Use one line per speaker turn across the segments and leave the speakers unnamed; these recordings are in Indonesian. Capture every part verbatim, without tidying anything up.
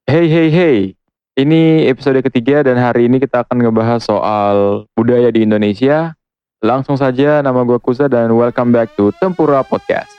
Hey hey hey, ini episode ketiga dan hari ini kita akan ngebahas soal budaya di Indonesia. Langsung saja, nama gue Kusa dan welcome back to Tempura Podcast.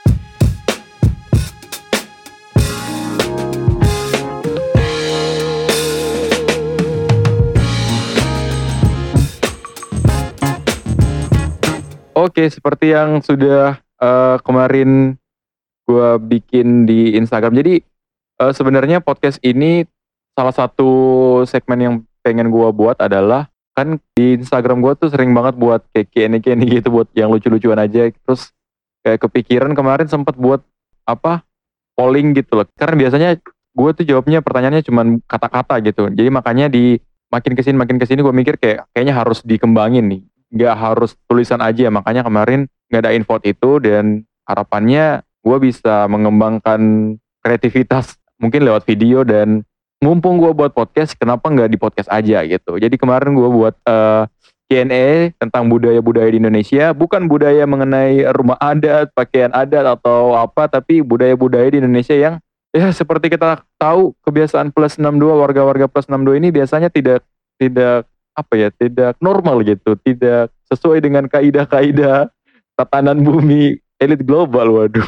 Oke, seperti yang sudah uh, kemarin gue bikin di Instagram. Jadi uh, sebenarnya podcast ini salah satu segmen yang pengen gue buat adalah kan di Instagram gue tuh sering banget buat kayak Q and A Q and A gitu, buat yang lucu-lucuan aja. Terus kayak kepikiran kemarin sempet buat apa polling gitu loh. Karena biasanya gue tuh jawabnya pertanyaannya cuma kata-kata gitu. Jadi makanya di makin kesini makin kesini gue mikir kayak kayaknya harus dikembangin nih. Nggak harus tulisan aja. Makanya kemarin ngadain vote itu dan harapannya gue bisa mengembangkan kreativitas mungkin lewat video. Dan mumpung gue buat podcast, kenapa nggak di podcast aja gitu. Jadi kemarin gue buat uh, Q and A tentang budaya-budaya di Indonesia, bukan budaya mengenai rumah adat, pakaian adat atau apa, tapi budaya-budaya di Indonesia yang ya seperti kita tahu kebiasaan plus enam puluh dua, warga-warga plus enam puluh dua ini biasanya tidak tidak apa ya, tidak normal gitu, tidak sesuai dengan kaidah-kaidah tatanan bumi elit global. Waduh.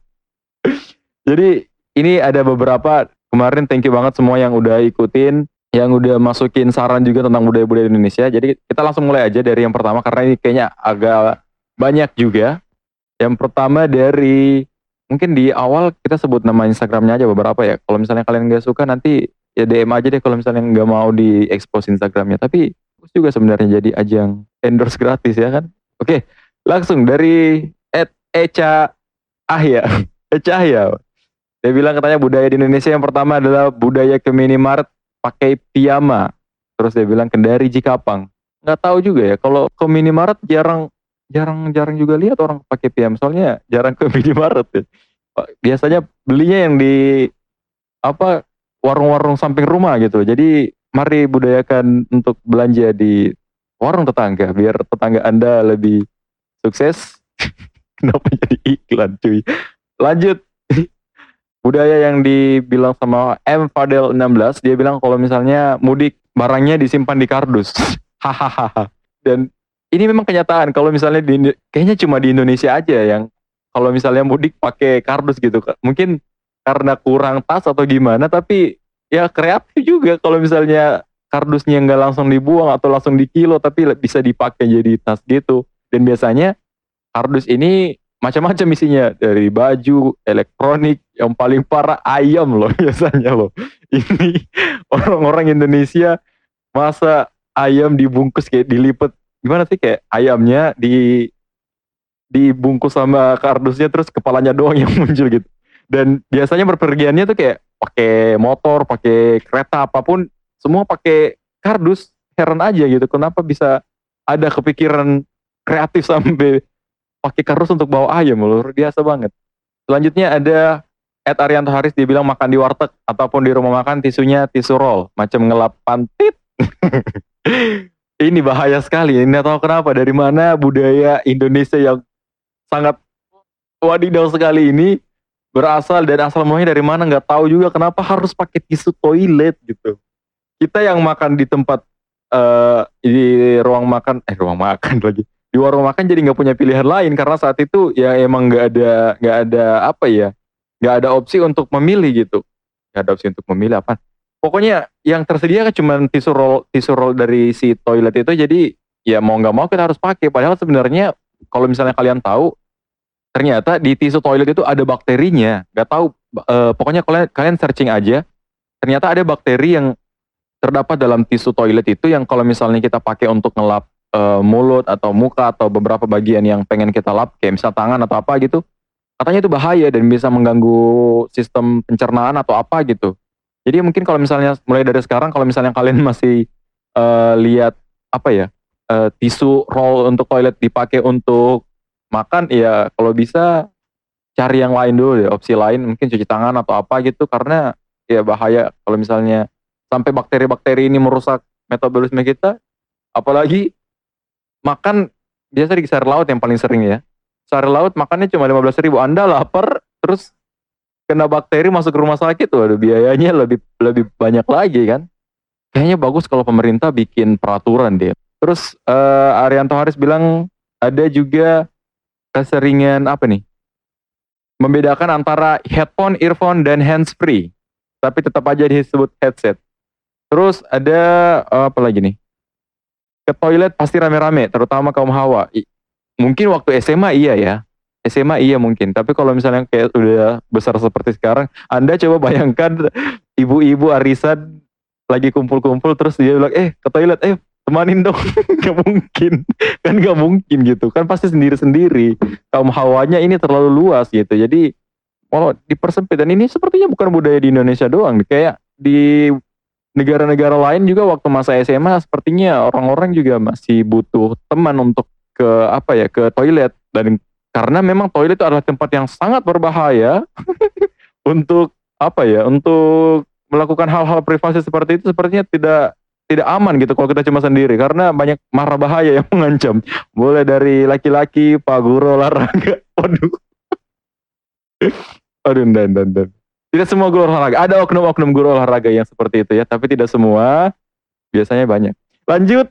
Jadi ini ada beberapa, kemarin thank you banget semua yang udah ikutin, yang udah masukin saran juga tentang budaya-budaya Indonesia. Jadi kita langsung mulai aja dari yang pertama karena ini kayaknya agak banyak juga. Yang pertama dari, mungkin di awal kita sebut nama Instagramnya aja beberapa ya. Kalau misalnya kalian gak suka nanti ya D M aja deh kalau misalnya nggak mau di expose Instagramnya. Tapi bagus juga sebenarnya jadi ajang endorse gratis ya kan. Oke, langsung dari at Eca Ahya. Eca Ahya. Dia bilang katanya budaya di Indonesia yang pertama adalah budaya ke minimarket pakai piyama. Terus dia bilang Kendari Cikapang. Nggak tahu juga ya. Kalau ke minimarket jarang jarang jarang juga lihat orang pakai piyama. Soalnya jarang ke minimarket ya. Biasanya belinya yang di apa warung-warung samping rumah gitu. Jadi mari budayakan untuk belanja di warung tetangga biar tetangga Anda lebih sukses. Kenapa jadi iklan cuy? Lanjut. Budaya yang dibilang sama M Fadel enam belas, dia bilang kalau misalnya mudik barangnya disimpan di kardus. Hahaha. Dan ini memang kenyataan kalau misalnya di, kayaknya cuma di Indonesia aja yang kalau misalnya mudik pakai kardus gitu. Mungkin karena kurang tas atau gimana, tapi ya kreatif juga kalau misalnya kardusnya nggak langsung dibuang atau langsung dikilo tapi bisa dipakai jadi tas gitu. Dan biasanya kardus ini macam-macam isinya, dari baju, elektronik, yang paling parah ayam loh biasanya loh. Ini orang-orang Indonesia masa ayam dibungkus kayak dilipet, gimana sih, kayak ayamnya di dibungkus sama kardusnya terus kepalanya doang yang muncul gitu. Dan biasanya berpergiannya tuh kayak pakai motor, pakai kereta apapun, semua pakai kardus. Heran aja gitu, kenapa bisa ada kepikiran kreatif sampai pakai kardus untuk bawa ayam, luar biasa banget. Selanjutnya ada Ed Arianto Haris, dia bilang makan di warteg ataupun di rumah makan tisunya tisu roll, macam ngelap pantit. Ini bahaya sekali, ini tahu kenapa, dari mana budaya Indonesia yang sangat wadidaw sekali ini berasal, dan asal mulanya dari mana nggak tahu juga, kenapa harus pakai tisu toilet gitu. Kita yang makan di tempat uh, di ruang makan, eh ruang makan lagi, di warung makan jadi nggak punya pilihan lain karena saat itu ya emang nggak ada nggak ada apa ya, nggak ada opsi untuk memilih gitu, nggak ada opsi untuk memilih apa. Pokoknya yang tersedia kan cuma tisu roll tisu roll dari si toilet itu, jadi ya mau nggak mau kita harus pakai. Padahal sebenarnya kalau misalnya kalian tahu, ternyata di tisu toilet itu ada bakterinya. Nggak tahu, eh, pokoknya kalian kalian searching aja. Ternyata ada bakteri yang terdapat dalam tisu toilet itu yang kalau misalnya kita pakai untuk ngelap uh, mulut atau muka atau beberapa bagian yang pengen kita lap, kayak misal tangan atau apa gitu, katanya itu bahaya dan bisa mengganggu sistem pencernaan atau apa gitu. Jadi mungkin kalau misalnya mulai dari sekarang, kalau misalnya kalian masih uh, lihat apa ya, uh, tisu roll untuk toilet dipakai untuk makan, ya kalau bisa cari yang lain dulu ya, opsi lain, mungkin cuci tangan atau apa gitu, karena ya bahaya kalau misalnya sampai bakteri-bakteri ini merusak metabolisme kita. Apalagi makan biasa di sayur laut yang paling sering ya. Sayur laut makannya cuma lima belas ribu. Anda lapar terus kena bakteri masuk rumah sakit, waduh biayanya lebih lebih banyak lagi kan. Kayaknya bagus kalau pemerintah bikin peraturan deh. Terus uh, Arianto Haris bilang ada juga keseringan apa nih? Membedakan antara headphone, earphone, dan handsfree. Tapi tetap aja disebut headset. Terus ada uh, apa lagi nih? Ke toilet pasti rame-rame, terutama kaum hawa. I, mungkin waktu S M A iya ya. S M A iya mungkin. Tapi kalau misalnya kayak udah besar seperti sekarang, Anda coba bayangkan ibu-ibu arisan lagi kumpul-kumpul terus dia bilang, eh ke toilet, eh temanin dong. Gak mungkin. Kan gak mungkin gitu. Kan pasti sendiri-sendiri. Kaum hawanya ini terlalu luas gitu. Jadi kalau dipersempit, dan ini sepertinya bukan budaya di Indonesia doang. Kayak di negara-negara lain juga waktu masa S M A sepertinya orang-orang juga masih butuh teman untuk ke apa ya, ke toilet. Dan karena memang toilet itu adalah tempat yang sangat berbahaya untuk apa ya, untuk melakukan hal-hal privasi seperti itu sepertinya tidak tidak aman gitu kalau kita cuma sendiri, karena banyak mara bahaya yang mengancam. Mulai dari laki-laki, pak guru olahraga, waduh. Aduh, dan dan dan. Tidak semua guru olahraga, ada oknum-oknum guru olahraga yang seperti itu ya, tapi tidak semua, biasanya banyak. Lanjut.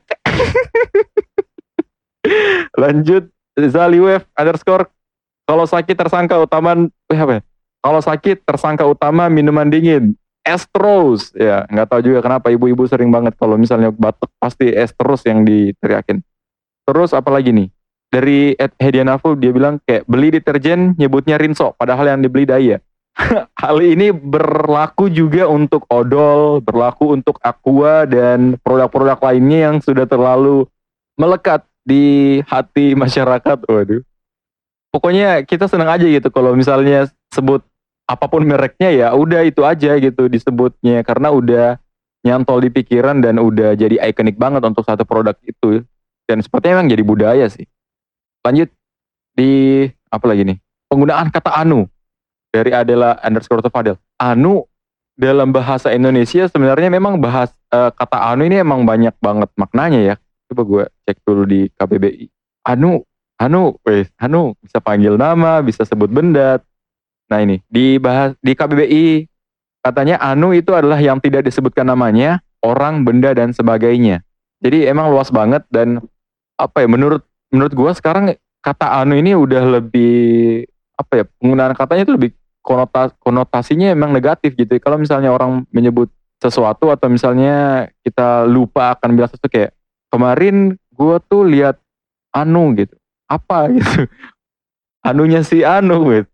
Lanjut, Zaliwef underscore, kalau sakit tersangka utama, eh apa ya? Kalau sakit tersangka utama minuman dingin, es terus. Ya, nggak tahu juga kenapa ibu-ibu sering banget kalau misalnya batuk pasti es terus yang diteriakin. Terus apa lagi nih? Dari Ed Hedianafu dia bilang kayak beli deterjen nyebutnya Rinso, padahal yang dibeli Daya. Hal ini berlaku juga untuk odol, berlaku untuk Aqua dan produk-produk lainnya yang sudah terlalu melekat di hati masyarakat. Waduh. Pokoknya kita senang aja gitu kalau misalnya sebut apapun mereknya, ya udah itu aja gitu disebutnya, karena udah nyantol di pikiran dan udah jadi ikonik banget untuk satu produk itu. Dan sepertinya memang jadi budaya sih. Lanjut di apa lagi nih? Penggunaan kata anu dari Adela underscore Fadel. Anu dalam bahasa Indonesia sebenarnya memang bahas uh, kata anu ini emang banyak banget maknanya ya. Coba gue cek dulu di K B B I. Anu, anu, weh, anu bisa panggil nama, bisa sebut benda. Nah ini di bahas di K B B I katanya anu itu adalah yang tidak disebutkan namanya, orang, benda dan sebagainya. Jadi emang luas banget, dan apa ya, menurut menurut gue sekarang kata anu ini udah lebih apa ya, penggunaan katanya itu lebih konotasi, konotasinya emang negatif gitu. Kalau misalnya orang menyebut sesuatu atau misalnya kita lupa akan bilang sesuatu kayak kemarin gue tuh lihat anu gitu, apa gitu, anunya si anu gitu.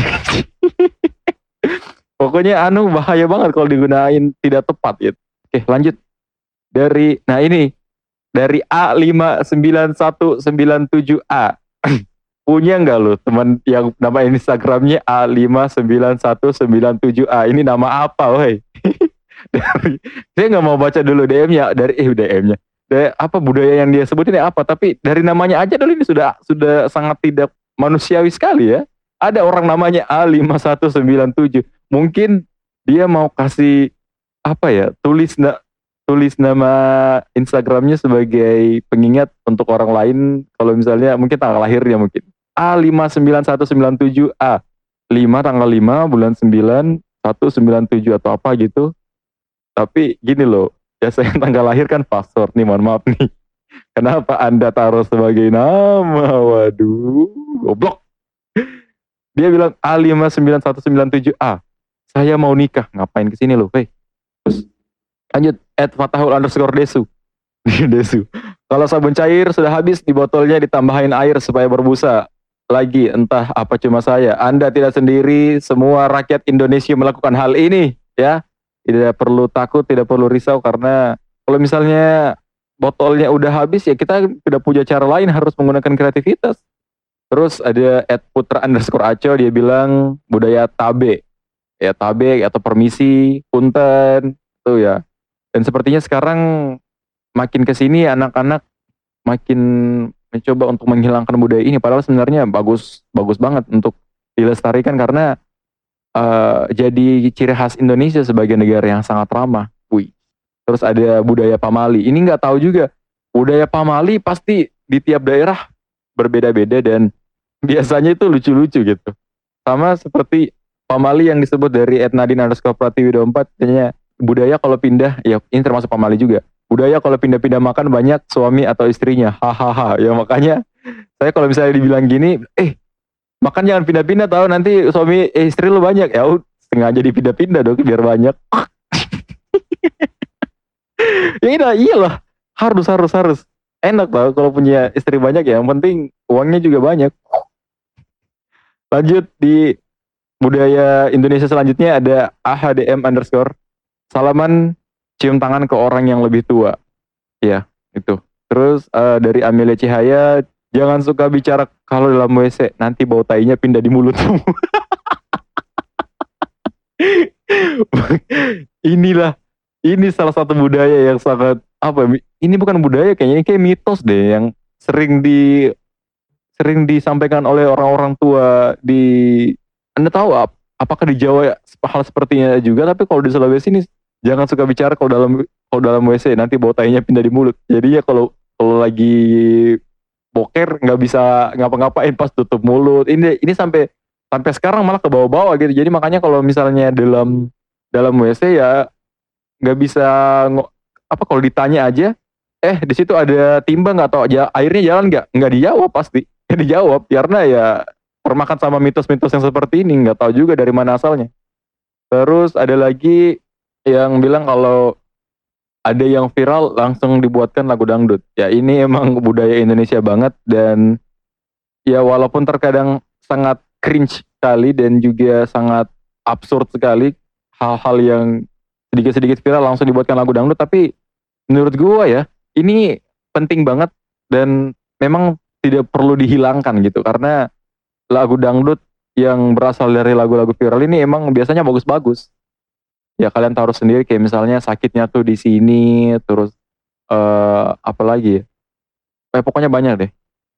Pokoknya anu bahaya banget kalau digunain tidak tepat gitu. Oke lanjut dari, nah ini dari A lima sembilan satu sembilan tujuh A. Punya nggak lo teman yang nama Instagramnya A lima sembilan satu sembilan tujuh A? Ini nama apa woi? Dari, saya nggak mau baca dulu D M-nya, dari eh D M-nya. Dari apa budaya yang dia sebutin apa, tapi dari namanya aja dulu ini sudah sudah sangat tidak manusiawi sekali ya. Ada orang namanya A lima satu sembilan tujuh. Mungkin dia mau kasih apa ya, tulis na, tulis nama Instagramnya sebagai pengingat untuk orang lain kalau misalnya mungkin tanggal lahirnya mungkin. A lima sembilan satu sembilan tujuh A, lima tanggal lima bulan sembilan satu sembilan tujuh atau apa gitu. Tapi gini loh, biasanya tanggal lahir kan password nih, mohon maaf nih. Kenapa Anda taruh sebagai nama? Waduh, goblok. Dia bilang A lima sembilan satu sembilan tujuh A, saya mau nikah, ngapain kesini loh, hey. Terus lanjut, at Fatahul underscore Desu. Desu, kalau sabun cair sudah habis di botolnya ditambahin air supaya berbusa lagi, entah apa cuma saya. Anda tidak sendiri, semua rakyat Indonesia melakukan hal ini ya. Tidak perlu takut, tidak perlu risau, karena kalau misalnya botolnya udah habis ya kita tidak punya cara lain, harus menggunakan kreativitas. Terus ada at Putra underscore Aco, dia bilang budaya tabe ya, tabe atau permisi, punten itu ya. Dan sepertinya sekarang makin kesini anak-anak makin mencoba untuk menghilangkan budaya ini, padahal sebenarnya bagus bagus banget untuk dilestarikan karena uh, jadi ciri khas Indonesia sebagai negara yang sangat ramah. Wih. Terus ada budaya pamali. Ini nggak tahu juga. Budaya pamali pasti di tiap daerah berbeda-beda dan biasanya itu lucu-lucu gitu. Sama seperti pamali yang disebut dari Etnadin underscore Pratiwi dua puluh empat katanya budaya kalau pindah, ya ini termasuk pamali juga. Budaya kalau pindah-pindah makan banyak suami atau istrinya. Hahaha. Ya makanya saya kalau misalnya dibilang gini, eh makan jangan pindah-pindah tahu nanti suami eh, istri lu banyak. Ya udah sengaja dipindah-pindah dong biar banyak. Ya iya iyalah. Harus harus harus. Enak tau kalau punya istri banyak ya. Yang penting uangnya juga banyak. Lanjut di budaya Indonesia selanjutnya ada A H D M underscore. Salaman cium tangan ke orang yang lebih tua. Ya itu. Terus uh, dari Amelia Cihaya, jangan suka bicara kalau dalam W C, nanti bau tainya pindah di mulutmu. Inilah, ini salah satu budaya yang sangat apa? Ini bukan budaya kayaknya, ini kayak mitos deh yang sering di sering disampaikan oleh orang-orang tua di. Anda tahu ap, apakah di Jawa hal sepertinya juga? Tapi kalau di Sulawesi ini jangan suka bicara kalau dalam kalau dalam W C, nanti bau tainya pindah di mulut. Jadi ya kalau kalau lagi boker nggak bisa ngapa-ngapain pas tutup mulut. Ini ini sampai sampai sekarang malah ke bawah-bawah gitu. Jadi makanya kalau misalnya dalam dalam W C ya nggak bisa apa kalau ditanya aja, eh di situ ada timba nggak atau aja airnya jalan nggak? Nggak dijawab pasti. Ya dijawab karena ya termakan sama mitos-mitos yang seperti ini, nggak tahu juga dari mana asalnya. Terus ada lagi yang bilang kalau ada yang viral langsung dibuatkan lagu dangdut. Ya ini emang budaya Indonesia banget dan ya walaupun terkadang sangat cringe sekali dan juga sangat absurd sekali hal-hal yang sedikit-sedikit viral langsung dibuatkan lagu dangdut, tapi menurut gua ya ini penting banget dan memang tidak perlu dihilangkan gitu karena lagu dangdut yang berasal dari lagu-lagu viral ini emang biasanya bagus-bagus. Ya kalian taruh sendiri kayak misalnya sakitnya tuh di sini, terus uh, apa lagi ya? Eh, pokoknya banyak deh.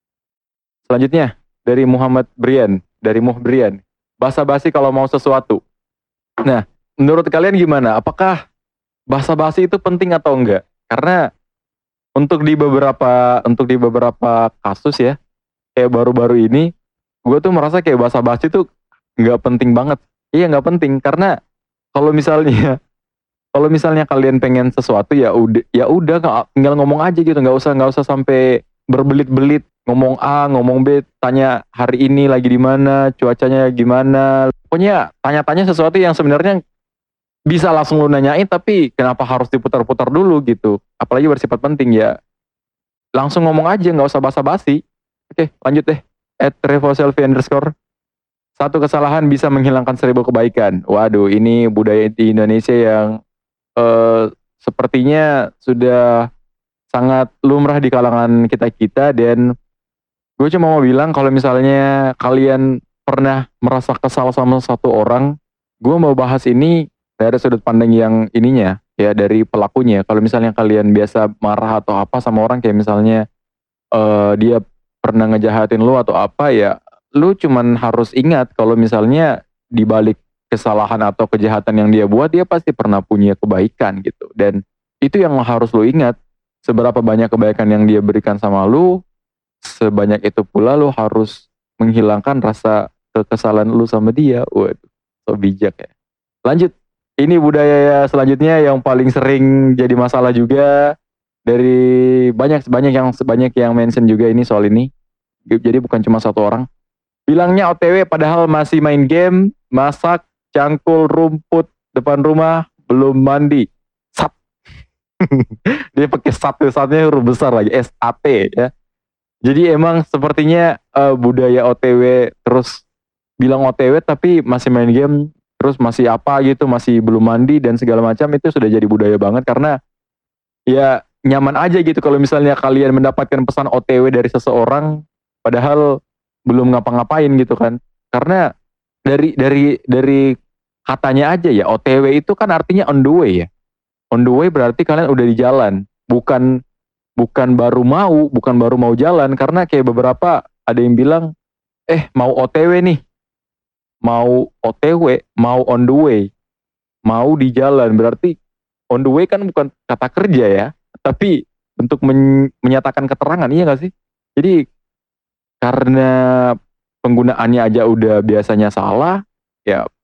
Selanjutnya dari Muhammad Brian, dari Muh Brian. Basa-basi kalau mau sesuatu. Nah, menurut kalian gimana? Apakah basa-basi itu penting atau enggak? Karena untuk di beberapa untuk di beberapa kasus ya, kayak baru-baru ini, gue tuh merasa kayak basa-basi tuh nggak penting banget. Iya nggak penting karena kalau misalnya kalau misalnya kalian pengen sesuatu ya udah ya udah tinggal ngomong aja gitu, nggak usah nggak usah sampai berbelit-belit ngomong A ngomong B, tanya hari ini lagi di mana, cuacanya gimana, pokoknya tanya-tanya sesuatu yang sebenarnya bisa langsung lu nanyain tapi kenapa harus diputar-putar dulu gitu, apalagi bersifat penting ya langsung ngomong aja nggak usah basa-basi. Oke lanjut deh at revoselfie underscore. Satu kesalahan bisa menghilangkan seribu kebaikan. Waduh, ini budaya di Indonesia yang eh, sepertinya sudah sangat lumrah di kalangan kita-kita dan gue cuma mau bilang kalau misalnya kalian pernah merasa kesal sama satu orang, gue mau bahas ini dari sudut pandang yang ininya, ya dari pelakunya. Kalau misalnya kalian biasa marah atau apa sama orang kayak misalnya eh, dia pernah ngejahatin lu atau apa ya, lu cuman harus ingat kalau misalnya di balik kesalahan atau kejahatan yang dia buat, dia pasti pernah punya kebaikan gitu. Dan itu yang harus lu ingat. Seberapa banyak kebaikan yang dia berikan sama lu, sebanyak itu pula lu harus menghilangkan rasa kekesalan lu sama dia. Waduh, so bijak ya. Lanjut. Ini budaya selanjutnya yang paling sering jadi masalah juga dari banyak banyak yang sebanyak yang mention juga ini soal ini. Jadi bukan cuma satu orang. Bilangnya O T W padahal masih main game, masak, cangkul rumput depan rumah, belum mandi. Sat. Dia pakai sat, satnya huruf besar lagi, S A T ya. Jadi emang sepertinya uh, budaya O T W terus bilang O T W tapi masih main game, terus masih apa gitu, masih belum mandi dan segala macam, itu sudah jadi budaya banget karena ya nyaman aja gitu kalau misalnya kalian mendapatkan pesan O T W dari seseorang padahal belum ngapa-ngapain gitu kan. Karena dari dari dari katanya aja ya O T W itu kan artinya on the way ya. On the way berarti kalian udah di jalan, bukan bukan baru mau, bukan baru mau jalan. Karena kayak beberapa ada yang bilang eh mau O T W nih. Mau O T W, mau on the way. Mau di jalan berarti on the way kan bukan kata kerja ya, tapi untuk men- menyatakan keterangan, iya gak sih? Jadi karena penggunaannya aja udah biasanya salah, ya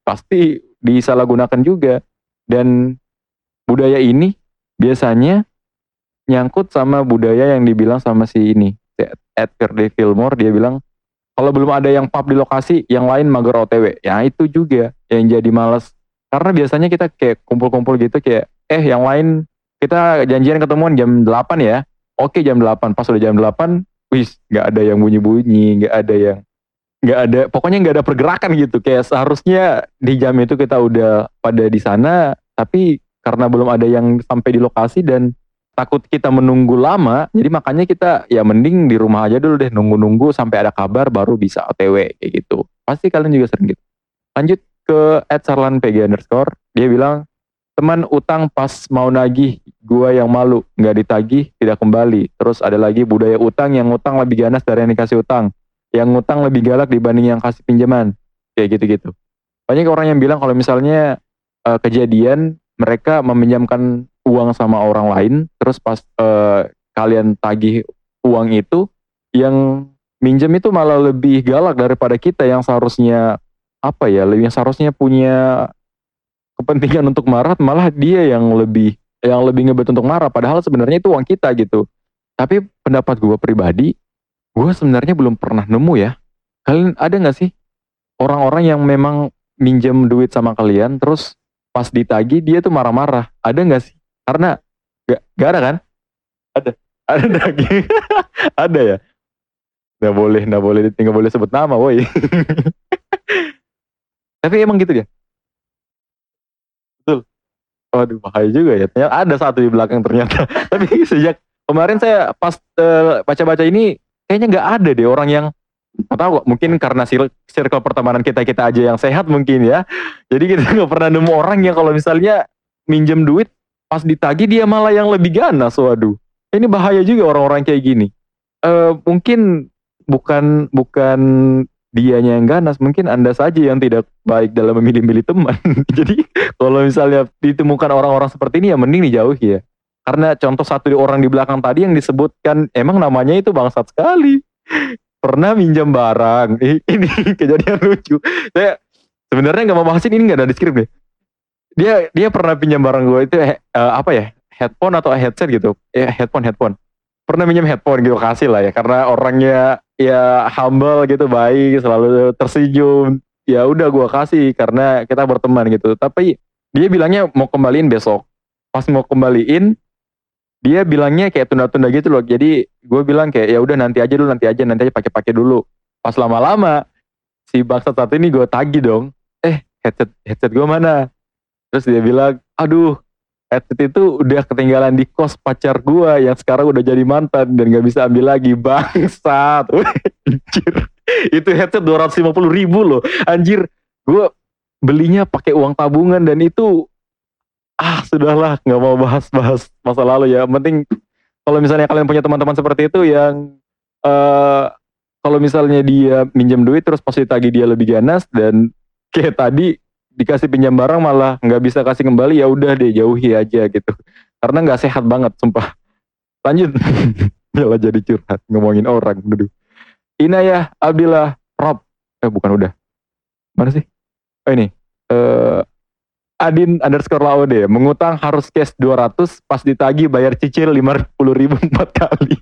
pasti disalahgunakan juga. Dan budaya ini biasanya nyangkut sama budaya yang dibilang sama si ini, si Edgar D. Fillmore. Dia bilang kalau belum ada yang pub di lokasi, yang lain mager O T W. Ya itu juga yang jadi malas. Karena biasanya kita kayak kumpul-kumpul gitu kayak, eh yang lain kita janjian ketemuan jam delapan ya. Oke jam delapan, pas udah jam delapan, wis gak ada yang bunyi-bunyi, gak ada yang, gak ada, pokoknya gak ada pergerakan gitu. Kayak seharusnya di jam itu kita udah pada di sana, tapi karena belum ada yang sampai di lokasi dan takut kita menunggu lama, jadi makanya kita ya mending di rumah aja dulu deh, nunggu-nunggu sampai ada kabar baru bisa O T W kayak gitu. Pasti kalian juga sering gitu. Lanjut ke at sarlan p g underscore, dia bilang teman utang pas mau nagih, gua yang malu, nggak ditagih tidak kembali. Terus ada lagi budaya utang, yang utang lebih ganas dari yang dikasih utang, yang utang lebih galak dibanding yang kasih pinjaman, kayak gitu-gitu. Banyak orang yang bilang kalau misalnya uh, kejadian mereka meminjamkan uang sama orang lain, terus pas uh, kalian tagih uang itu, yang minjem itu malah lebih galak daripada kita yang seharusnya apa ya, yang seharusnya punya kepentingan untuk marah, malah dia yang lebih yang lebih ngebet untuk marah, padahal sebenarnya itu uang kita gitu. Tapi pendapat gue pribadi, gue sebenarnya belum pernah nemu ya. Kalian ada nggak sih orang-orang yang memang minjem duit sama kalian, terus pas ditagih dia tuh marah-marah? Ada nggak sih? Karena gak, gak ada kan? Ada, ada lagi, ada ya. Nggak boleh, nggak boleh, nggak boleh sebut nama, woi. Tapi emang gitu ya. Betul. Waduh bahaya juga ya. Ternyata ada satu di belakang ternyata. Tapi sejak kemarin saya pas uh, baca-baca ini, kayaknya nggak ada deh orang yang, nggak tahu, mungkin karena circle pertemanan kita kita aja yang sehat mungkin ya. Jadi kita nggak pernah nemu orang yang kalau misalnya minjem duit pas ditagih dia malah yang lebih ganas. Waduh, ini bahaya juga orang-orang kayak gini. Uh, mungkin bukan bukan dianya yang ganas, mungkin Anda saja yang tidak baik dalam memilih-milih teman. Jadi kalau misalnya ditemukan orang-orang seperti ini ya mending dijauhi ya. Karena contoh satu orang di belakang tadi yang disebutkan, emang namanya itu bangsat sekali. Pernah minjam barang. Ini kejadian lucu. Saya sebenarnya nggak mau bahasin ini, nggak ada di skrip deh. Dia dia pernah pinjam barang gue itu uh, apa ya, headphone atau headset gitu. Eh headphone headphone. Pernah minjem headphone gitu, kasih lah ya, karena orangnya ya humble gitu, baik, selalu tersenyum. Ya udah gue kasih karena kita berteman gitu. Tapi dia bilangnya mau kembaliin besok. Pas mau kembaliin, dia bilangnya kayak tunda-tunda gitu loh. Jadi gue bilang kayak ya udah nanti aja dulu, nanti aja, nanti aja pakai-pakai dulu. Pas lama-lama si bangsat satu ini gue tagih dong. Eh headset headset gue mana? Terus dia bilang, aduh, headset itu udah ketinggalan di kos pacar gua yang sekarang udah jadi mantan dan gak bisa ambil lagi. Bangsat. Anjir. Itu headset dua ratus lima puluh ribu loh. Anjir. Gua belinya pakai uang tabungan dan itu ah sudahlah, gak mau bahas-bahas masa lalu ya. Penting kalau misalnya kalian punya teman-teman seperti itu yang uh, kalau misalnya dia minjem duit terus pas ditagih dia lebih ganas dan kayak tadi dikasih pinjam barang malah nggak bisa kasih kembali, ya udah deh jauhi aja gitu, karena nggak sehat banget sumpah. Lanjut. Malah jadi curhat ngomongin orang. Aduh. Inayah Abdillah Rob, eh bukan udah mana sih, oh ini uh, Adin underscore Laode, mengutang harus cash dua ratus, pas ditagih bayar cicil lima puluh ribu empat kali.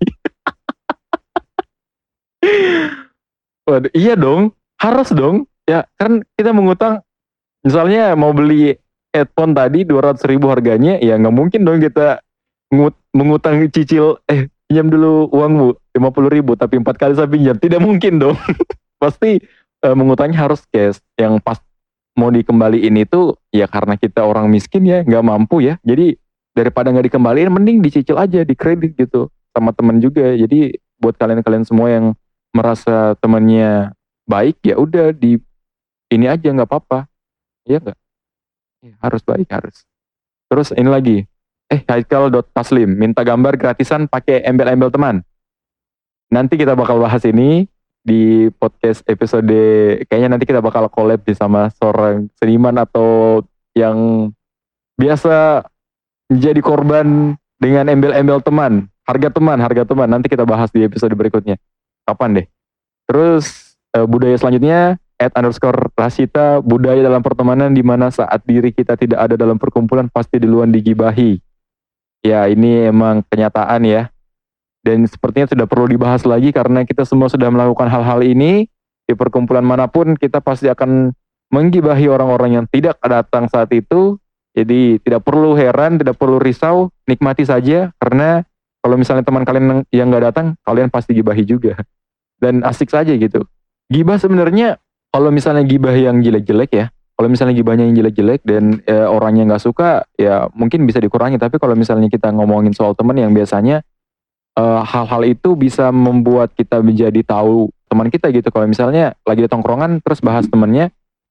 Waduh, iya dong, harus dong ya, kan kita mengutang. Misalnya mau beli headphone tadi dua ratus ribu harganya, ya nggak mungkin dong kita ngut, mengutang cicil, eh pinjam dulu uangmu lima puluh ribu tapi empat kali saya pinjam, tidak mungkin dong. Pasti eh, mengutangnya harus cash. Yang pas mau dikembaliin itu ya karena kita orang miskin ya, nggak mampu ya. Jadi daripada nggak dikembaliin, mending dicicil aja, di kredit gitu sama teman juga. Jadi buat kalian-kalian semua yang merasa temannya baik, ya udah di ini aja nggak apa-apa. Iya enggak? Ya, harus baik, harus. Terus ini lagi. Eh, haikal.taslim minta gambar gratisan pakai embel-embel teman. Nanti kita bakal bahas ini di podcast episode, kayaknya nanti kita bakal collab sama seorang seniman atau yang biasa menjadi korban dengan embel-embel teman. Harga teman, harga teman. Nanti kita bahas di episode berikutnya. Kapan deh? Terus eh, budaya selanjutnya, at underscore Rasita, budaya dalam pertemanan di mana saat diri kita tidak ada dalam perkumpulan pasti duluan digibahi. Ya ini emang kenyataan ya. Dan sepertinya sudah perlu dibahas lagi karena kita semua sudah melakukan hal-hal ini. Di perkumpulan manapun kita pasti akan menggibahi orang-orang yang tidak datang saat itu. Jadi tidak perlu heran, tidak perlu risau, nikmati saja. Karena kalau misalnya teman kalian yang gak datang, kalian pasti gibahi juga. Dan asik saja gitu. Gibah sebenarnya kalau misalnya gibah yang jelek-jelek ya, kalau misalnya gibahnya yang jelek-jelek dan e, orangnya nggak suka, ya mungkin bisa dikurangi. Tapi kalau misalnya kita ngomongin soal teman yang biasanya e, hal-hal itu bisa membuat kita menjadi tahu teman kita gitu. Kalau misalnya lagi di tongkrongan terus bahas temannya,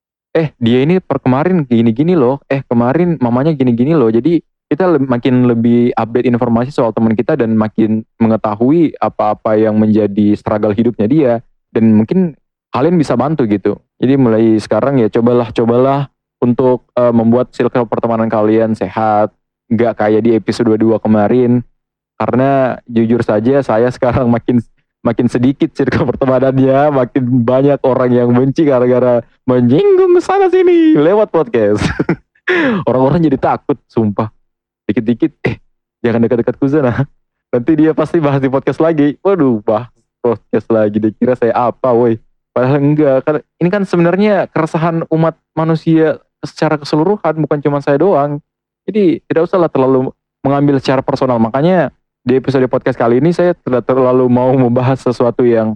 eh dia ini per kemarin gini-gini loh, eh kemarin mamanya gini-gini loh. Jadi kita le- makin lebih update informasi soal teman kita dan makin mengetahui apa-apa yang menjadi struggle hidupnya dia. Dan mungkin kalian bisa bantu gitu. Jadi mulai sekarang ya cobalah cobalah untuk uh, membuat circle pertemanan kalian sehat, nggak kayak di episode dua puluh dua kemarin. Karena jujur saja saya sekarang makin makin sedikit circle pertemanannya, makin banyak orang yang benci gara-gara menyinggung sana sini lewat podcast. Orang-orang jadi takut, sumpah. Dikit-dikit, eh jangan dekat-dekat Kuzana. Nanti dia pasti bahas di podcast lagi. Waduh, bahas podcast lagi. Dikira saya apa, woi. Padahal enggak, kan ini kan sebenarnya keresahan umat manusia secara keseluruhan, bukan cuma saya doang. Jadi tidak usahlah terlalu mengambil secara personal. Makanya di episode podcast kali ini saya tidak terlalu mau membahas sesuatu yang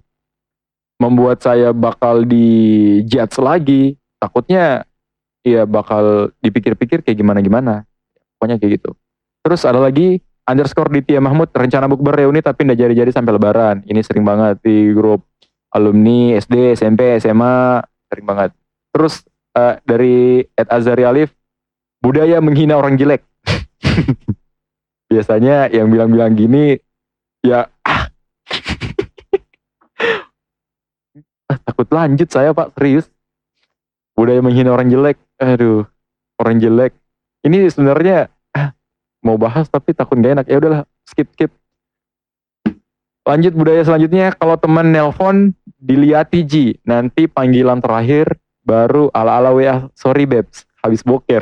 membuat saya bakal di-judge lagi. Takutnya ya bakal dipikir-pikir kayak gimana-gimana. Pokoknya kayak gitu. Terus ada lagi underscore Ditya Mahmud, rencana bukber reuni tapi nggak jadi-jadi sampai lebaran. Ini sering banget di grup alumni S D, S M P, S M A, sering banget. Terus uh, dari Ed Azari Alif, budaya menghina orang jelek. Biasanya yang bilang-bilang gini, ya ah. ah, takut lanjut saya pak, serius. Budaya menghina orang jelek, aduh, orang jelek. Ini sebenarnya ah, mau bahas tapi takut gak enak. Ya udahlah, skip skip. Lanjut budaya selanjutnya, kalau teman nelpon diliati Ji, nanti panggilan terakhir baru ala-ala W A, sorry babes, habis boker.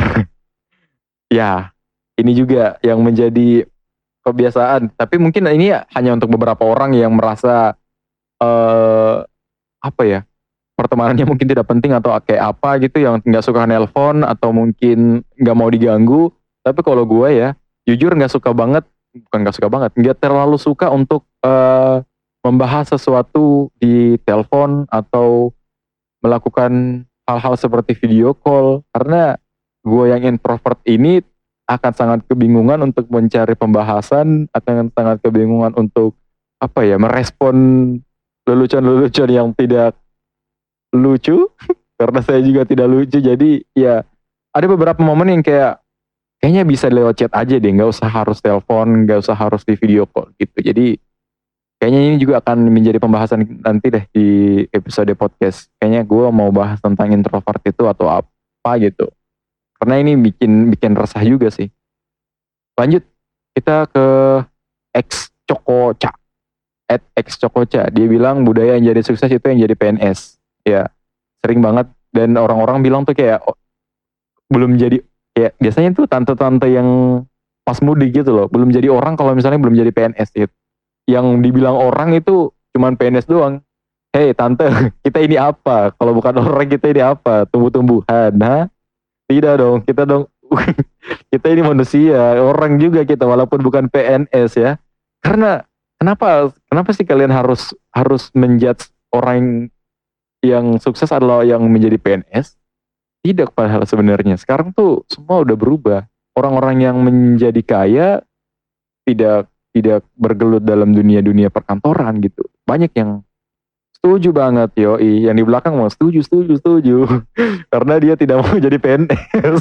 Ya, ini juga yang menjadi kebiasaan. Tapi mungkin ini hanya untuk beberapa orang yang merasa uh, apa ya, pertemanannya mungkin tidak penting atau kayak apa gitu, yang nggak suka nelpon atau mungkin nggak mau diganggu. Tapi kalau gue ya, jujur nggak suka banget. Bukan gak suka banget, gak terlalu suka untuk uh, membahas sesuatu di telepon atau melakukan hal-hal seperti video call, karena gue yang introvert ini akan sangat kebingungan untuk mencari pembahasan, akan sangat kebingungan untuk apa ya, merespon lelucon-lelucon yang tidak lucu karena saya juga tidak lucu. Jadi ya ada beberapa momen yang kayak kayaknya bisa lewat chat aja deh, nggak usah harus telepon, nggak usah harus di video call gitu. Jadi kayaknya ini juga akan menjadi pembahasan nanti deh di episode podcast. Kayaknya gue mau bahas tentang introvert itu atau apa gitu, karena ini bikin bikin resah juga sih. Lanjut kita ke X Cokoca, at X Cokoca. Dia bilang budaya yang jadi sukses itu yang jadi P N S. Ya sering banget, dan orang-orang bilang tuh kayak oh, belum jadi. Ya biasanya tuh tante-tante yang pas mudik gitu loh, belum jadi orang kalau misalnya belum jadi P N S gitu. Yang dibilang orang itu cuman P N S doang. Hei tante, kita ini apa? Kalau bukan orang kita ini apa? Tumbuh-tumbuhan, ha? Tidak dong, kita dong, kita ini manusia, orang juga kita walaupun bukan P N S ya. Karena kenapa? Kenapa sih kalian harus harus menjudge orang yang sukses adalah yang menjadi P N S? Tidak, padahal sebenarnya sekarang tuh semua udah berubah. Orang-orang yang menjadi kaya tidak tidak bergelut dalam dunia-dunia perkantoran gitu. Banyak yang setuju banget, yoi. Yang di belakang mau setuju, setuju, setuju. Karena dia tidak mau jadi P N S.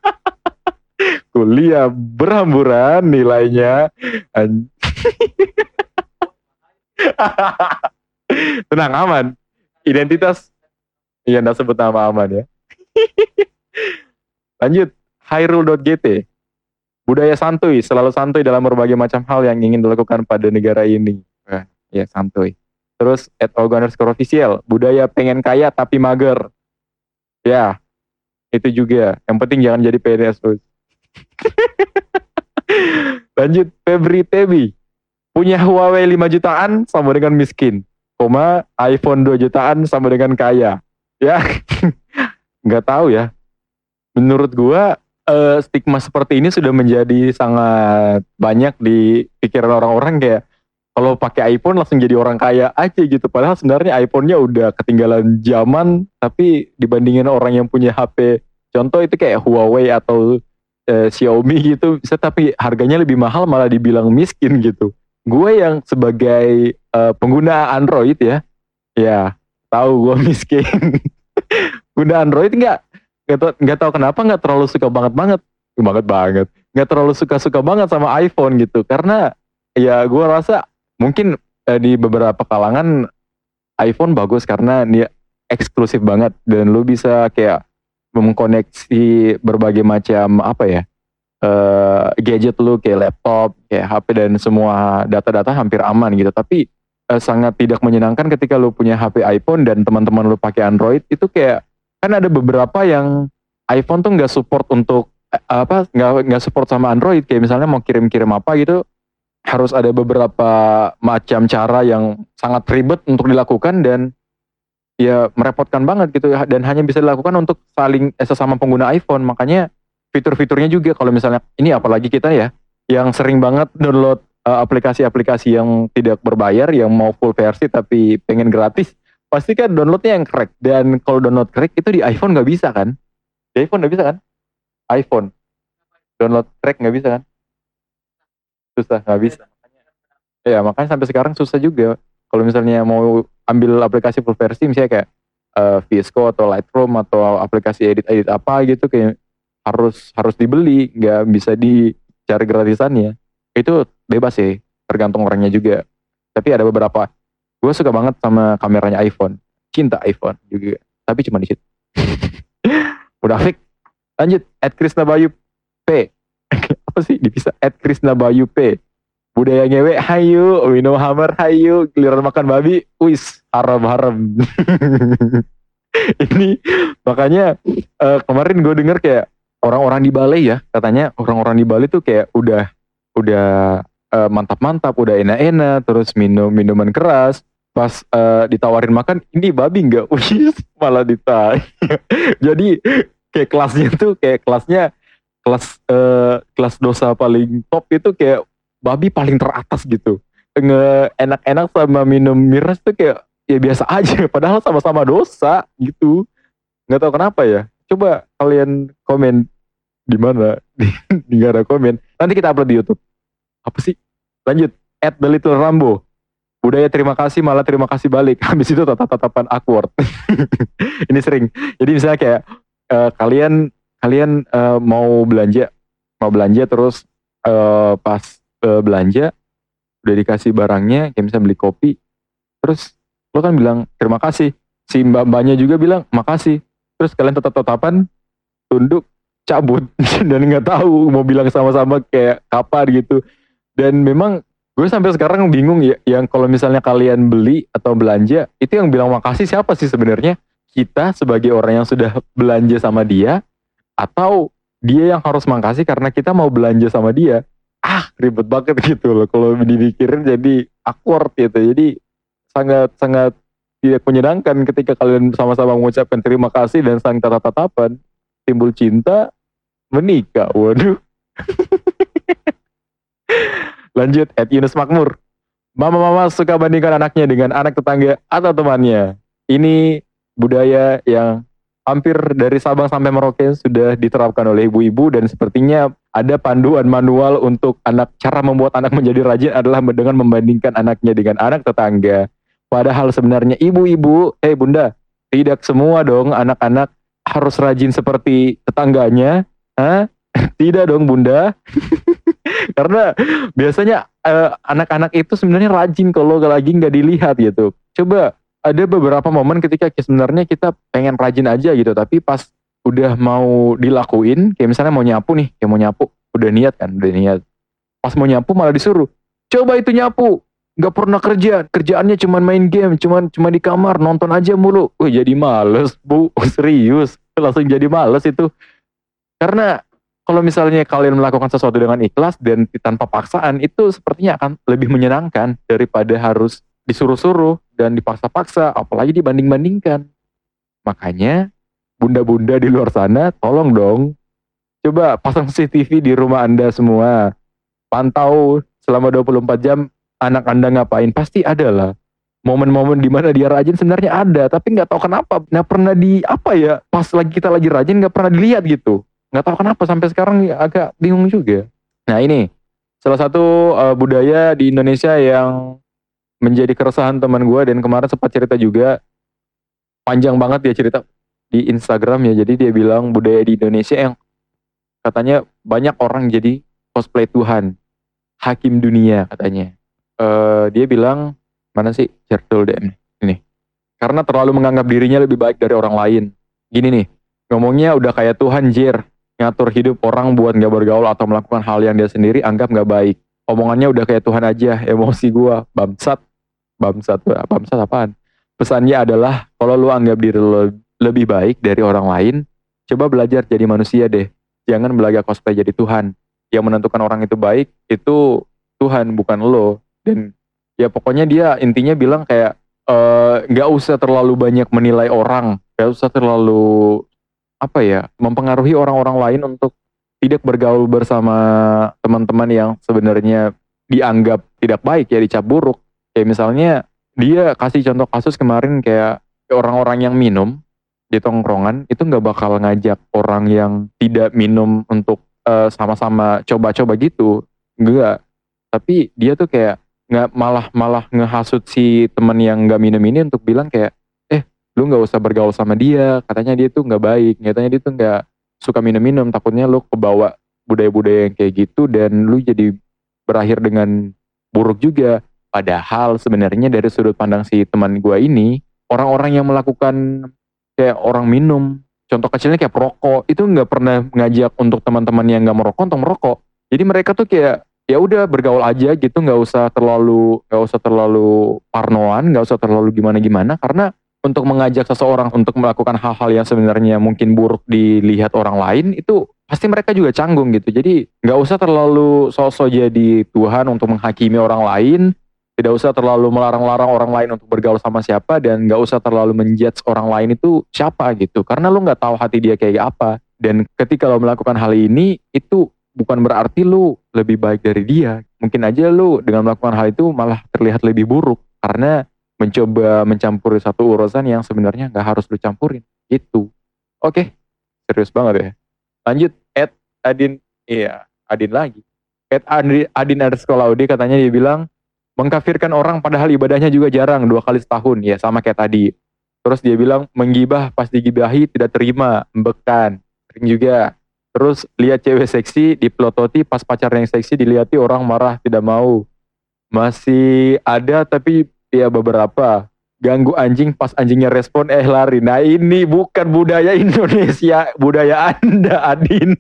Kuliah berhamburan nilainya. Tenang, aman. Identitas, iya nggak sebut nama aman ya. Lanjut, Hairul.gt. Budaya santuy, selalu santuy dalam berbagai macam hal yang ingin dilakukan pada negara ini. Wah, ya santuy. Terus at Olga underscore official, budaya pengen kaya tapi mager. Ya, itu juga. Yang penting jangan jadi P N S terus. Lanjut, Febri Tebi. Punya Huawei lima jutaan sama dengan miskin. Koma, iPhone dua jutaan sama dengan kaya. Ya, nggak tahu ya. Menurut gua eh, stigma seperti ini sudah menjadi sangat banyak di pikiran orang-orang, kayak kalau pakai iPhone langsung jadi orang kaya aja gitu. Padahal sebenarnya iPhone-nya udah ketinggalan zaman, tapi dibandingin orang yang punya H P, contoh itu kayak Huawei atau eh, Xiaomi gitu, bisa tapi harganya lebih mahal malah dibilang miskin gitu. Gue yang sebagai eh, pengguna Android ya, ya tahu gue miskin. Guna Android nggak nggak tau, nggak tahu kenapa nggak terlalu suka banget banget banget banget nggak terlalu suka suka banget sama iPhone gitu, karena ya gue rasa mungkin eh, di beberapa kalangan iPhone bagus karena dia eksklusif banget dan lu bisa kayak mengkoneksi berbagai macam apa ya eh, gadget lu, kayak laptop, kayak H P, dan semua data-data hampir aman gitu. Tapi eh, sangat tidak menyenangkan ketika lu punya H P iPhone dan teman-teman lu pakai Android. Itu kayak kan ada beberapa yang iPhone tuh nggak support untuk eh, apa nggak nggak support sama Android, kayak misalnya mau kirim-kirim apa gitu harus ada beberapa macam cara yang sangat ribet untuk dilakukan dan ya merepotkan banget gitu, dan hanya bisa dilakukan untuk saling eh, sesama pengguna iPhone. Makanya fitur-fiturnya juga, kalau misalnya ini apalagi kita ya yang sering banget download eh, aplikasi-aplikasi yang tidak berbayar, yang mau full versi tapi pengen gratis, pasti kan downloadnya yang crack. Dan kalau download crack itu di iPhone nggak bisa kan? Di iPhone nggak bisa kan? iPhone download crack nggak bisa kan? Susah, nggak bisa. Ya makanya sampai sekarang susah juga. Kalau misalnya mau ambil aplikasi full versi, misalnya kayak uh, Visco atau Lightroom atau aplikasi edit-edit apa gitu, kayak harus harus dibeli, nggak bisa dicari gratisannya. Itu bebas sih, tergantung orangnya juga. Tapi ada beberapa, gue suka banget sama kameranya iPhone, cinta iPhone juga. Tapi cuma di situ. Udah fix. Lanjut, at Krisna Bayu P. Apa sih dipisah? At Krisna Bayu P. Budaya ngewe, hayu. Wino hammer, hayu. Giliran makan babi, wis, haram-haram. Ini makanya uh, kemarin gue denger kayak orang-orang di Bali ya, katanya orang-orang di Bali tuh kayak udah udah uh, mantap-mantap, udah enak-enak, terus minum minuman keras. Pas uh, ditawarin makan, ini babi nggak? Wis, malah ditanya. Jadi kayak kelasnya tuh kayak kelasnya kelas uh, kelas dosa paling top itu kayak babi paling teratas gitu. Nge enak-enak sama minum miras tuh kayak ya biasa aja, padahal sama-sama dosa gitu. Nggak tahu kenapa ya. Coba kalian komen di mana? Di nggak ada komen. Nanti kita upload di YouTube. Apa sih? Lanjut. At the little Rambo. Budaya terima kasih malah terima kasih balik. Habis itu tatap-tatapan awkward. Ini sering. Jadi misalnya kayak uh, kalian kalian uh, mau belanja, mau belanja terus uh, pas uh, belanja udah dikasih barangnya, kayak misalnya beli kopi, terus lo kan bilang terima kasih, si mbak-mbaknya juga bilang makasih, terus kalian tetap-tatapan, tunduk, cabut, dan nggak tahu mau bilang sama-sama kayak kapan gitu. Dan memang gue sampai sekarang bingung ya, yang kalau misalnya kalian beli atau belanja, itu yang bilang makasih siapa sih sebenarnya? Kita sebagai orang yang sudah belanja sama dia, atau dia yang harus makasih karena kita mau belanja sama dia? Ah, ribet banget gitu loh kalau dipikirin, jadi awkward gitu. Jadi sangat-sangat tidak menyenangkan ketika kalian sama-sama mengucapkan terima kasih dan saling tatap-tatapan, timbul cinta, menikah. Waduh. Lanjut, at Yunus Makmur. Mama-mama suka bandingkan anaknya dengan anak tetangga atau temannya. Ini budaya yang hampir dari Sabang sampai Merauke sudah diterapkan oleh ibu-ibu, dan sepertinya ada panduan manual untuk anak. Cara membuat anak menjadi rajin adalah dengan membandingkan anaknya dengan anak tetangga. Padahal sebenarnya ibu-ibu, eh hey bunda, tidak semua dong anak-anak harus rajin seperti tetangganya. Hah? Tidak dong bunda. Karena biasanya uh, anak-anak itu sebenarnya rajin kalau lagi nggak dilihat gitu. Coba ada beberapa momen ketika sebenarnya kita pengen rajin aja gitu, tapi pas udah mau dilakuin, kayak misalnya mau nyapu nih, kayak mau nyapu, udah niat kan, udah niat. Pas mau nyapu malah disuruh, coba itu nyapu. nggak pernah kerja, kerjaannya cuman main game, cuman cuma di kamar nonton aja mulu. Wih jadi males bu, serius langsung jadi males itu. Karena kalau misalnya kalian melakukan sesuatu dengan ikhlas dan tanpa paksaan, itu sepertinya akan lebih menyenangkan daripada harus disuruh-suruh dan dipaksa-paksa, apalagi dibanding-bandingkan. Makanya bunda-bunda di luar sana, tolong dong, coba pasang C C T V di rumah Anda semua. Pantau selama dua puluh empat jam anak Anda ngapain, pasti ada lah. Momen-momen di mana dia rajin sebenarnya ada, tapi nggak tahu kenapa, nggak pernah di apa ya, pas lagi kita lagi rajin nggak pernah dilihat gitu. Nggak tahu kenapa sampai sekarang agak bingung juga. Nah ini salah satu uh, budaya di Indonesia yang menjadi keresahan teman gue, dan kemarin sempat cerita juga, panjang banget dia cerita di Instagram ya. Jadi dia bilang budaya di Indonesia yang katanya banyak orang jadi cosplay Tuhan, hakim dunia katanya. Uh, dia bilang, mana sih Certul D M ini, karena terlalu menganggap dirinya lebih baik dari orang lain. Gini nih, ngomongnya udah kayak Tuhan jir, ngatur hidup orang buat gak bergaul atau melakukan hal yang dia sendiri anggap gak baik. Omongannya udah kayak Tuhan aja, emosi gua, bamsat. Bamsat, bamsat apaan? Pesannya adalah, kalau lu anggap diri lu lebih baik dari orang lain, coba belajar jadi manusia deh. Jangan belajar cosplay jadi Tuhan. Yang menentukan orang itu baik, itu Tuhan, bukan lo. Dan ya pokoknya dia intinya bilang kayak, uh, gak usah terlalu banyak menilai orang, gak usah terlalu apa ya, mempengaruhi orang-orang lain untuk tidak bergaul bersama teman-teman yang sebenarnya dianggap tidak baik ya, dicap buruk. Kayak misalnya dia kasih contoh kasus kemarin kayak orang-orang yang minum di tongkrongan itu nggak bakal ngajak orang yang tidak minum untuk uh, sama-sama coba-coba gitu, enggak. Tapi dia tuh kayak nggak malah malah ngehasut si teman yang nggak minum ini untuk bilang kayak, lu gak usah bergaul sama dia, katanya dia tuh gak baik, katanya dia tuh gak suka minum-minum, takutnya lu kebawa budaya-budaya yang kayak gitu dan lu jadi berakhir dengan buruk juga. Padahal sebenarnya dari sudut pandang si teman gua ini, orang-orang yang melakukan kayak orang minum, contoh kecilnya kayak perokok, itu gak pernah ngajak untuk teman-teman yang gak merokok untuk merokok. Jadi mereka tuh kayak ya udah bergaul aja gitu, gak usah terlalu gak usah terlalu parnoan, gak usah terlalu gimana-gimana, karena untuk mengajak seseorang untuk melakukan hal-hal yang sebenarnya mungkin buruk dilihat orang lain, itu pasti mereka juga canggung gitu. Jadi gak usah terlalu sosok jadi Tuhan untuk menghakimi orang lain, tidak usah terlalu melarang-larang orang lain untuk bergaul sama siapa, dan gak usah terlalu menjudge orang lain itu siapa gitu, karena lu gak tahu hati dia kayak apa. Dan ketika lo melakukan hal ini, itu bukan berarti lu lebih baik dari dia. Mungkin aja lu dengan melakukan hal itu malah terlihat lebih buruk, karena mencoba mencampuri satu urusan yang sebenarnya gak harus lu campurin gitu. Oke, serius banget ya. Lanjut, Ed Adin, iya Adin lagi. Ed Adin, Adin ada sekolah Audi katanya, dia bilang mengkafirkan orang padahal ibadahnya juga jarang, dua kali setahun, ya sama kayak tadi. Terus dia bilang menggibah pas digibahi tidak terima, embekan, sering juga. Terus lihat cewek seksi dipelototi, pas pacarnya yang seksi dilihati orang marah tidak mau. Masih ada tapi ya beberapa, ganggu anjing pas anjingnya respon eh lari. Nah ini bukan budaya Indonesia, budaya Anda Adin.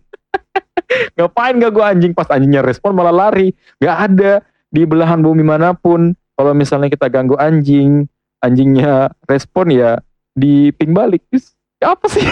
Ngapain ganggu anjing pas anjingnya respon malah lari? Gak ada di belahan bumi manapun. Kalau misalnya kita ganggu anjing, anjingnya respon ya di ping balik. Ya apa sih?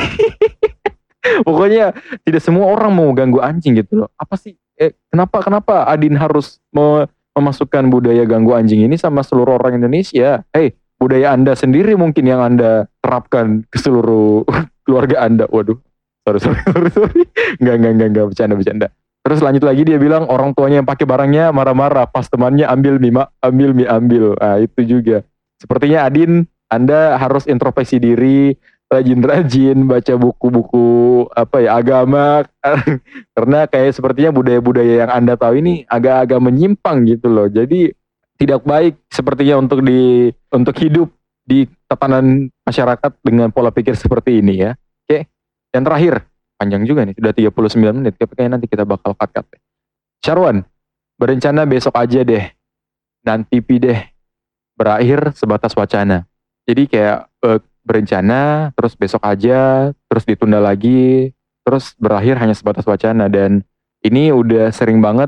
Pokoknya tidak semua orang mau ganggu anjing gitu loh. Apa sih? Eh, kenapa kenapa Adin harus me memasukkan budaya ganggu anjing ini sama seluruh orang Indonesia? Hey, budaya Anda sendiri mungkin yang Anda terapkan ke seluruh keluarga Anda. Waduh, sorry sorry sorry sorry. Enggak enggak enggak enggak bercanda bercanda. Terus lanjut lagi dia bilang orang tuanya yang pakai barangnya marah-marah pas temannya ambil mie ambil mie ambil. Ah itu juga. Sepertinya Adin, Anda harus introspeksi diri, rajin-rajin baca buku-buku apa ya agama, karena kayak sepertinya budaya-budaya yang Anda tahu ini agak-agak menyimpang gitu loh. Jadi tidak baik sepertinya untuk di untuk hidup di tatanan masyarakat dengan pola pikir seperti ini ya. Oke. Yang terakhir, panjang juga nih, sudah tiga puluh sembilan menit, tapi kayaknya nanti kita bakal cut-cut. Syarwan, berencana besok aja deh, nanti pi deh, berakhir sebatas wacana. Jadi kayak uh, berencana, terus besok aja, terus ditunda lagi, terus berakhir hanya sebatas wacana. Dan ini udah sering banget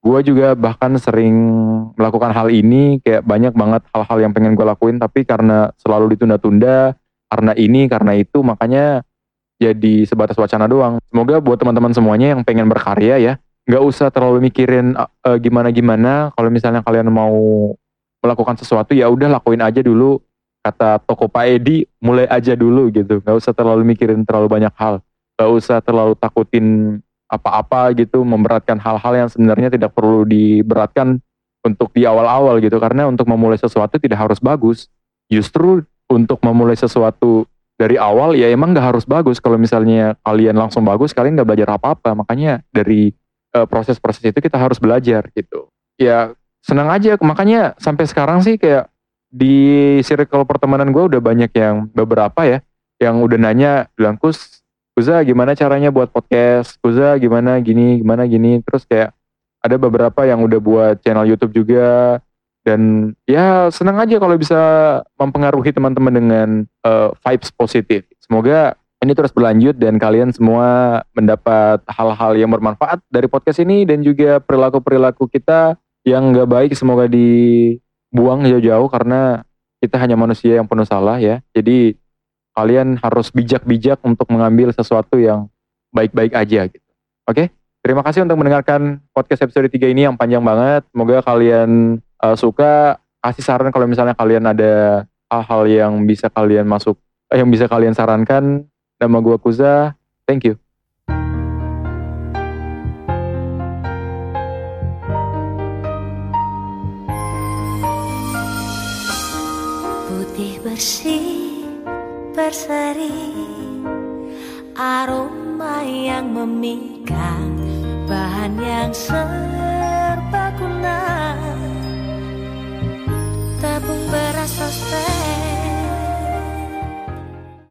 Gue juga bahkan sering melakukan hal ini, kayak banyak banget hal-hal yang pengen gue lakuin, tapi karena selalu ditunda-tunda, karena ini, karena itu, makanya jadi sebatas wacana doang. Semoga buat teman-teman semuanya yang pengen berkarya ya, nggak usah terlalu mikirin uh, gimana-gimana. Kalau misalnya kalian mau melakukan sesuatu, ya udah lakuin aja dulu. Kata toko Pak Edi, mulai aja dulu gitu. Nggak usah terlalu mikirin terlalu banyak hal. Nggak usah terlalu takutin apa-apa gitu, memberatkan hal-hal yang sebenarnya tidak perlu diberatkan untuk di awal-awal gitu. Karena untuk memulai sesuatu tidak harus bagus. Justru untuk memulai sesuatu dari awal ya emang gak harus bagus. Kalau misalnya kalian langsung bagus, kalian gak belajar apa-apa. Makanya dari uh, proses-proses itu kita harus belajar gitu. Ya senang aja, makanya sampai sekarang sih kayak di circle pertemanan gue udah banyak yang beberapa ya, yang udah nanya, bilang, Kus, Kuza gimana caranya buat podcast, Kuza gimana gini, gimana gini. Terus kayak ada beberapa yang udah buat channel YouTube juga. Dan ya senang aja kalau bisa mempengaruhi teman-teman dengan uh, vibes positif. Semoga ini terus berlanjut dan kalian semua mendapat hal-hal yang bermanfaat dari podcast ini. Dan juga perilaku-perilaku kita yang gak baik semoga dibuang jauh-jauh, karena kita hanya manusia yang penuh salah ya. Jadi kalian harus bijak-bijak untuk mengambil sesuatu yang baik-baik aja gitu. Oke, terima kasih untuk mendengarkan podcast episode tiga ini yang panjang banget. Semoga kalian uh, suka. Kasih saran kalau misalnya kalian ada hal-hal yang bisa kalian masuk, eh, yang bisa kalian sarankan. Nama gue Kuza, thank you.
Putih bersih berseri, aroma yang memikat, bahan yang serbaguna.